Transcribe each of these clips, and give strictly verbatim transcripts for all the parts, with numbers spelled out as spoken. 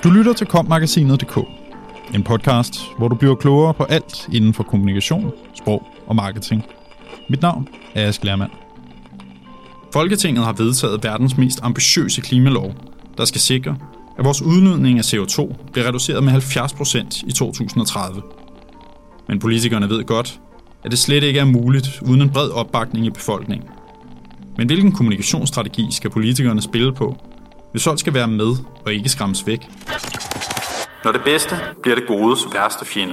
Du lytter til Kom-magasinet punktum d k, en podcast, hvor du bliver klogere på alt inden for kommunikation, sprog og marketing. Mit navn er Ask Lermand. Folketinget har vedtaget verdens mest ambitiøse klimalov, der skal sikre, at vores udledning af C O to bliver reduceret med halvfjerds procent i to tusind og tredive. Men politikerne ved godt, at det slet ikke er muligt uden en bred opbakning i befolkningen. Men hvilken kommunikationsstrategi skal politikerne spille på, hvis folk skal være med og ikke skræmmes væk? Når det bedste bliver det godes værste fjende.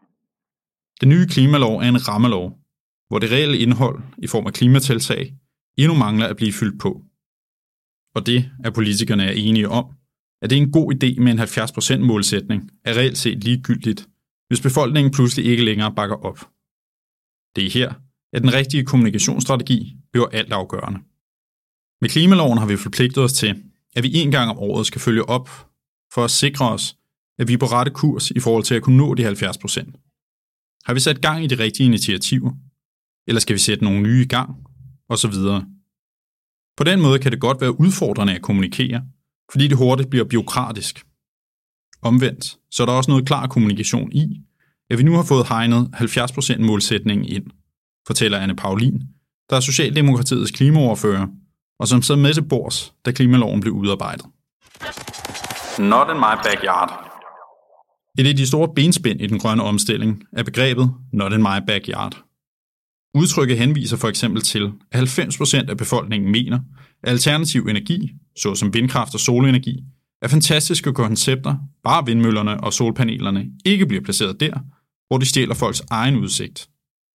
Den nye klimalov er en rammelov, hvor det reelle indhold i form af klimatiltag endnu mangler at blive fyldt på. Og det, at politikerne er enige om, at det er en god idé med en halvfjerds procent målsætning, er reelt set ligegyldigt, hvis befolkningen pludselig ikke længere bakker op. Det er her, at den rigtige kommunikationsstrategi bliver altafgørende. Med klimaloven har vi forpligtet os til, at vi en gang om året skal følge op for at sikre os, at vi er på rette kurs i forhold til at kunne nå de halvfjerds procent. Har vi sat gang i de rigtige initiativer? Eller skal vi sætte nogle nye i gang? Og så videre. På den måde kan det godt være udfordrende at kommunikere, fordi det hurtigt bliver bureaukratisk. Omvendt, så er der også noget klar kommunikation i, at vi nu har fået hegnet halvfjerds procent målsætningen ind, fortæller Anne Paulin, der er Socialdemokratiets klimaordfører, og som sad med til bords, da klimaloven blev udarbejdet. Not in my backyard. Et af de store benspænd i den grønne omstilling er begrebet not in my backyard. Udtrykket henviser for eksempel til, at halvfems procent af befolkningen mener, at alternativ energi, såsom vindkraft og solenergi, er fantastiske koncepter, bare vindmøllerne og solpanelerne ikke bliver placeret der, hvor de stjæler folks egen udsigt.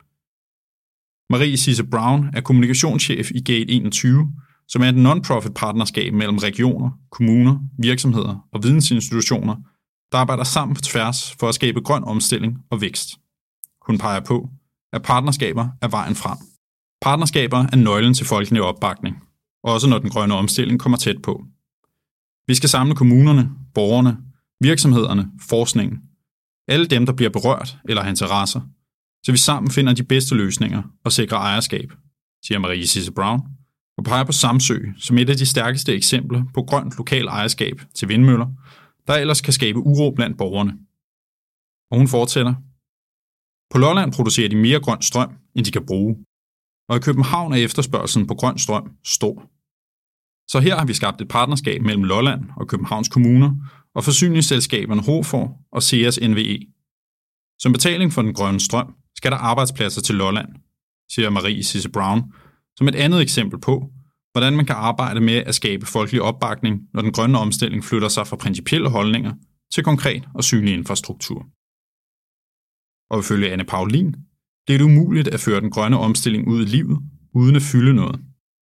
Marie Sisse Brown er kommunikationschef i Gate enogtyve, som er et non-profit partnerskab mellem regioner, kommuner, virksomheder og vidensinstitutioner, der arbejder sammen på tværs for at skabe grøn omstilling og vækst. Hun peger på, at partnerskaber er vejen frem. Partnerskaber er nøglen til folkelig opbakning, også når den grønne omstilling kommer tæt på. Vi skal samle kommunerne, borgerne, virksomhederne, forskningen, alle dem, der bliver berørt eller har interesser, så vi sammen finder de bedste løsninger og sikrer ejerskab, siger Marie Sisse Brown, og peger på Samsø som et af de stærkeste eksempler på grønt lokal ejerskab til vindmøller, der ellers kan skabe uro blandt borgerne. Og hun fortsætter. På Lolland producerer de mere grøn strøm, end de kan bruge, og i København er efterspørgselen på grøn strøm stor. Så her har vi skabt et partnerskab mellem Lolland og Københavns kommuner og forsyningsselskaberne Hofor og Ceres N V E. Som betaling for den grønne strøm skal der arbejdspladser til Lolland, siger Marie Sisse Brown, som et andet eksempel på, hvordan man kan arbejde med at skabe folkelig opbakning, når den grønne omstilling flytter sig fra principielle holdninger til konkret og synlig infrastruktur. Og ifølge Anne Paulin, det er det umuligt at føre den grønne omstilling ud i livet, uden at fylde noget.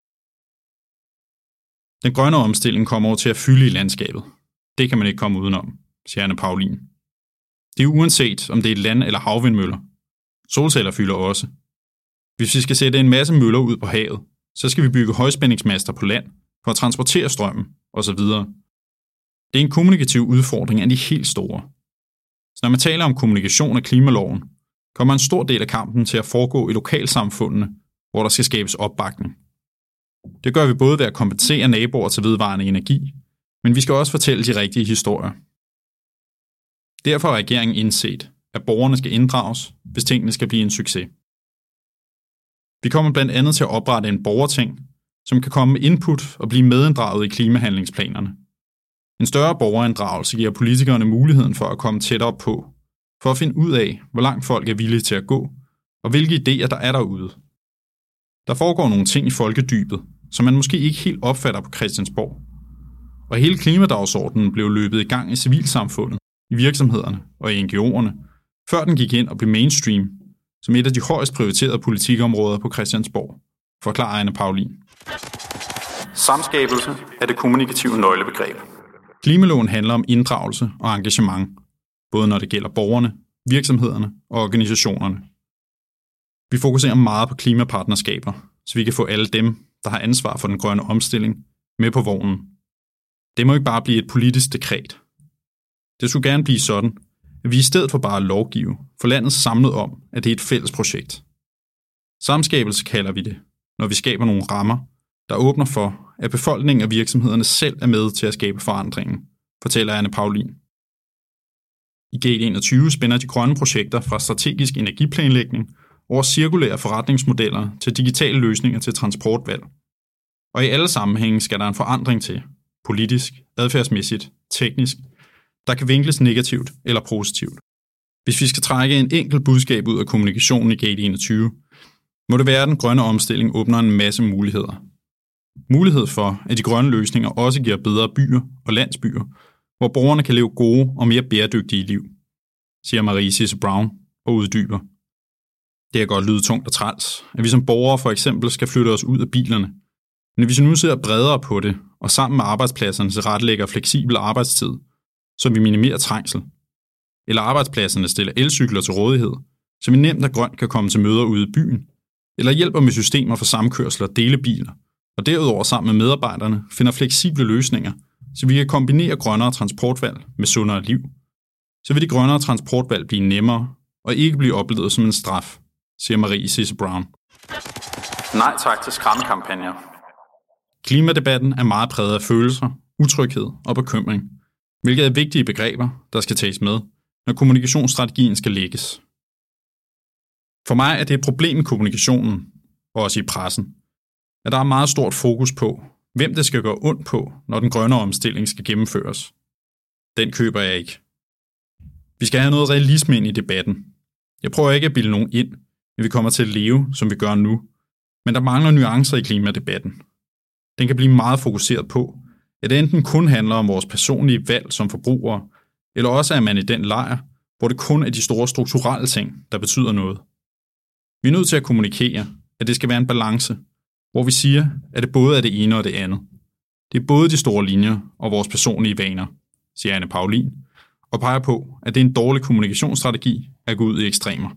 Den grønne omstilling kommer over til at fylde i landskabet. Det kan man ikke komme udenom, siger Anne Paulin. Det er uanset, om det er land- eller havvindmøller. Solceller fylder også. Hvis vi skal sætte en masse møller ud på havet, så skal vi bygge højspændingsmaster på land for at transportere strømmen osv. Det er en kommunikativ udfordring af de helt store. Så når man taler om kommunikation af klimaloven, kommer en stor del af kampen til at foregå i lokalsamfundene, hvor der skal skabes opbakning. Det gør vi både ved at kompensere naboer til vedvarende energi, men vi skal også fortælle de rigtige historier. Derfor har regeringen indset, at borgerne skal inddrages, hvis tingene skal blive en succes. Vi kommer blandt andet til at oprette en borgerting, som kan komme med input og blive medinddraget i klimahandlingsplanerne. En større borgerinddragelse giver politikerne muligheden for at komme tættere på, for at finde ud af, hvor langt folk er villige til at gå, og hvilke idéer der er derude. Der foregår nogle ting i folkedybet, som man måske ikke helt opfatter på Christiansborg. Og hele klimadagsordenen blev løbet i gang i civilsamfundet, i virksomhederne og i N G O'erne, før den gik ind og blev mainstream, som et af de højst prioriterede politikområder på Christiansborg, forklarer Anne Paulin. Samskabelse er det kommunikative nøglebegreb. Klimaloven handler om inddragelse og engagement, både når det gælder borgerne, virksomhederne og organisationerne. Vi fokuserer meget på klimapartnerskaber, så vi kan få alle dem, der har ansvar for den grønne omstilling, med på vognen. Det må ikke bare blive et politisk dekret. Det skulle gerne blive sådan, at vi i stedet for bare at lovgive, får landet samlet om, at det er et fælles projekt. Samskabelse kalder vi det, når vi skaber nogle rammer, der åbner for, at befolkningen og virksomhederne selv er med til at skabe forandringen, fortæller Anne Paulin. I G A T enogtyve spænder de grønne projekter fra strategisk energiplanlægning over cirkulære forretningsmodeller til digitale løsninger til transportvalg. Og i alle sammenhænge skal der en forandring til, politisk, adfærdsmæssigt, teknisk, der kan vinkles negativt eller positivt. Hvis vi skal trække en enkelt budskab ud af kommunikationen i G A T enogtyve, må det være, at den grønne omstilling åbner en masse muligheder. Mulighed for, at de grønne løsninger også giver bedre byer og landsbyer, hvor borgerne kan leve gode og mere bæredygtige liv, siger Marie Sisse Brown og uddyber. Det kan godt lyde tungt og træls, at vi som borgere for eksempel skal flytte os ud af bilerne. Men hvis vi nu ser bredere på det, og sammen med arbejdspladserne tilrettelægger fleksibel arbejdstid, så vi minimerer trængsel, eller arbejdspladserne stiller elcykler til rådighed, så vi nemt og grønt kan komme til møder ude i byen, eller hjælper med systemer for samkørsel og delebiler, og derudover sammen med medarbejderne finder fleksible løsninger, så vi kan kombinere grønnere transportvalg med sundere liv. Så vil de grønnere transportvalg blive nemmere og ikke blive oplevet som en straf, siger Marie Sisse Brown. Nej tak til skræmmekampagner. Klimadebatten er meget præget af følelser, utryghed og bekymring, hvilket er vigtige begreber, der skal tages med, når kommunikationsstrategien skal lægges. For mig er det et problem i kommunikationen, og også i pressen, at der er meget stort fokus på, hvem det skal gøre ondt på, når den grønne omstilling skal gennemføres. Den køber jeg ikke. Vi skal have noget realisme ind i debatten. Jeg prøver ikke at bilde nogen ind, at vi kommer til at leve, som vi gør nu, men der mangler nuancer i klimadebatten. Den kan blive meget fokuseret på, at det enten kun handler om vores personlige valg som forbrugere, eller også er man i den lejr, hvor det kun er de store strukturelle ting, der betyder noget. Vi er nødt til at kommunikere, at det skal være en balance, hvor vi siger, at det både er det ene og det andet. Det er både de store linjer og vores personlige vaner, siger Anne Paulin, og peger på, at det er en dårlig kommunikationsstrategi at gå ud i ekstremer.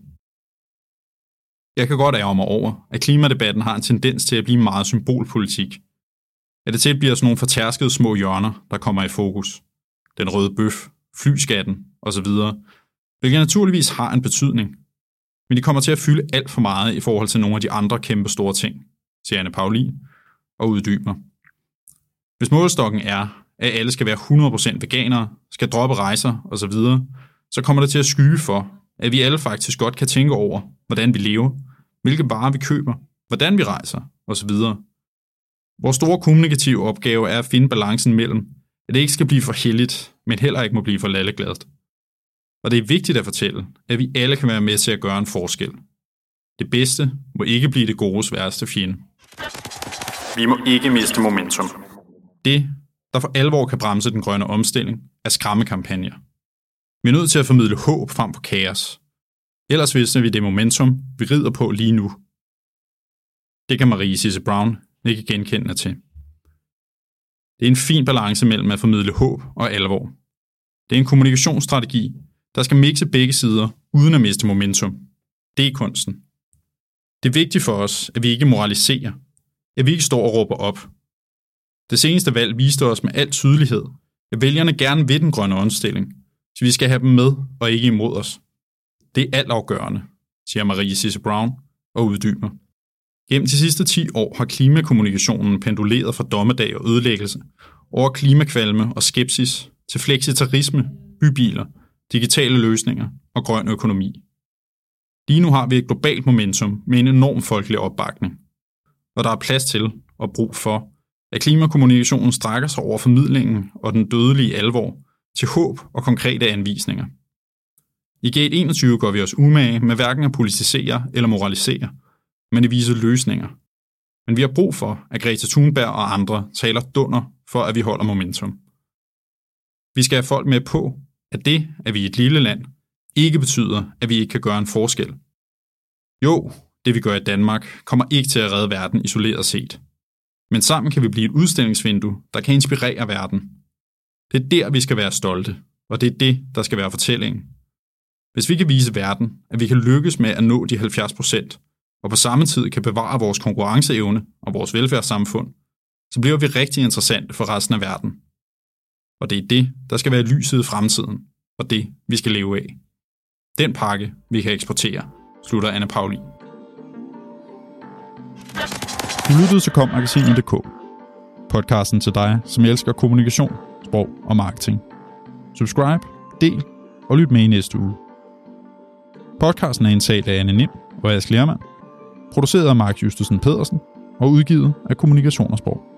Jeg kan godt ærge mig over, at klimadebatten har en tendens til at blive meget symbolpolitik. At det til bliver sådan nogle fortærskede små hjørner, der kommer i fokus. Den røde bøf, flyskatten osv., hvilket naturligvis har en betydning. Men de kommer til at fylde alt for meget i forhold til nogle af de andre kæmpe store ting, siger Anne Paulin og uddyber. Hvis målstokken er, at alle skal være hundrede procent veganere, skal droppe rejser osv., så kommer det til at skygge for, at vi alle faktisk godt kan tænke over, hvordan vi lever, hvilke varer vi køber, hvordan vi rejser osv. Vores store kommunikative opgave er at finde balancen mellem, at det ikke skal blive for helligt, men heller ikke må blive for lallegladt. Og det er vigtigt at fortælle, at vi alle kan være med til at gøre en forskel. Det bedste må ikke blive det godes værste fjende. Vi må ikke miste momentum. Det, der for alvor kan bremse den grønne omstilling, er skræmmekampagner. Vi er nødt til at formidle håb frem for kaos. Ellers mister vi det momentum, vi rider på lige nu. Det kan Marie Sisse Brown ikke genkende til. Det er en fin balance mellem at formidle håb og alvor. Det er en kommunikationsstrategi, der skal mixe begge sider uden at miste momentum. Det er kunsten. Det er vigtigt for os, at vi ikke moraliserer, at vi ikke står og råber op. Det seneste valg viste os med al tydelighed, at vælgerne gerne vil den grønne omstilling, så vi skal have dem med og ikke imod os. Det er altafgørende, siger Marie Sisse Brown og uddyber. Gennem de sidste ti år har klimakommunikationen penduleret fra dommedag og ødelæggelse over klimakvalme og skepsis til fleksitarisme, bybiler, digitale løsninger og grøn økonomi. Lige nu har vi et globalt momentum med en enorm folkelig opbakning, og der er plads til og brug for, at klimakommunikationen strækker sig over formidlingen og den dødelige alvor til håb og konkrete anvisninger. I G A T enogtyve går vi os umage med hverken at politisere eller moralisere, men at vise løsninger. Men vi har brug for, at Greta Thunberg og andre taler dunder for, at vi holder momentum. Vi skal have folk med på, at det, at vi er et lille land, ikke betyder, at vi ikke kan gøre en forskel. Jo, det vi gør i Danmark, kommer ikke til at redde verden isoleret set. Men sammen kan vi blive et udstillingsvindue, der kan inspirere verden. Det er der, vi skal være stolte, og det er det, der skal være fortællingen. Hvis vi kan vise verden, at vi kan lykkes med at nå de halvfjerds procent, og på samme tid kan bevare vores konkurrenceevne og vores velfærdssamfund, så bliver vi rigtig interessante for resten af verden. Og det er det, der skal være lyset i fremtiden, og det, vi skal leve af. Den pakke, vi kan eksportere, slutter Anne Paulin. Du lyttede til kom magasinet punktum d k. Podcasten til dig, som elsker kommunikation, sprog og marketing. Subscribe, del og lyt med i næste uge. Podcasten er indtalt af Anne Nim og Ask Lermand, produceret af Mark Justusen Pedersen og udgivet af Kommunikation og Sprog.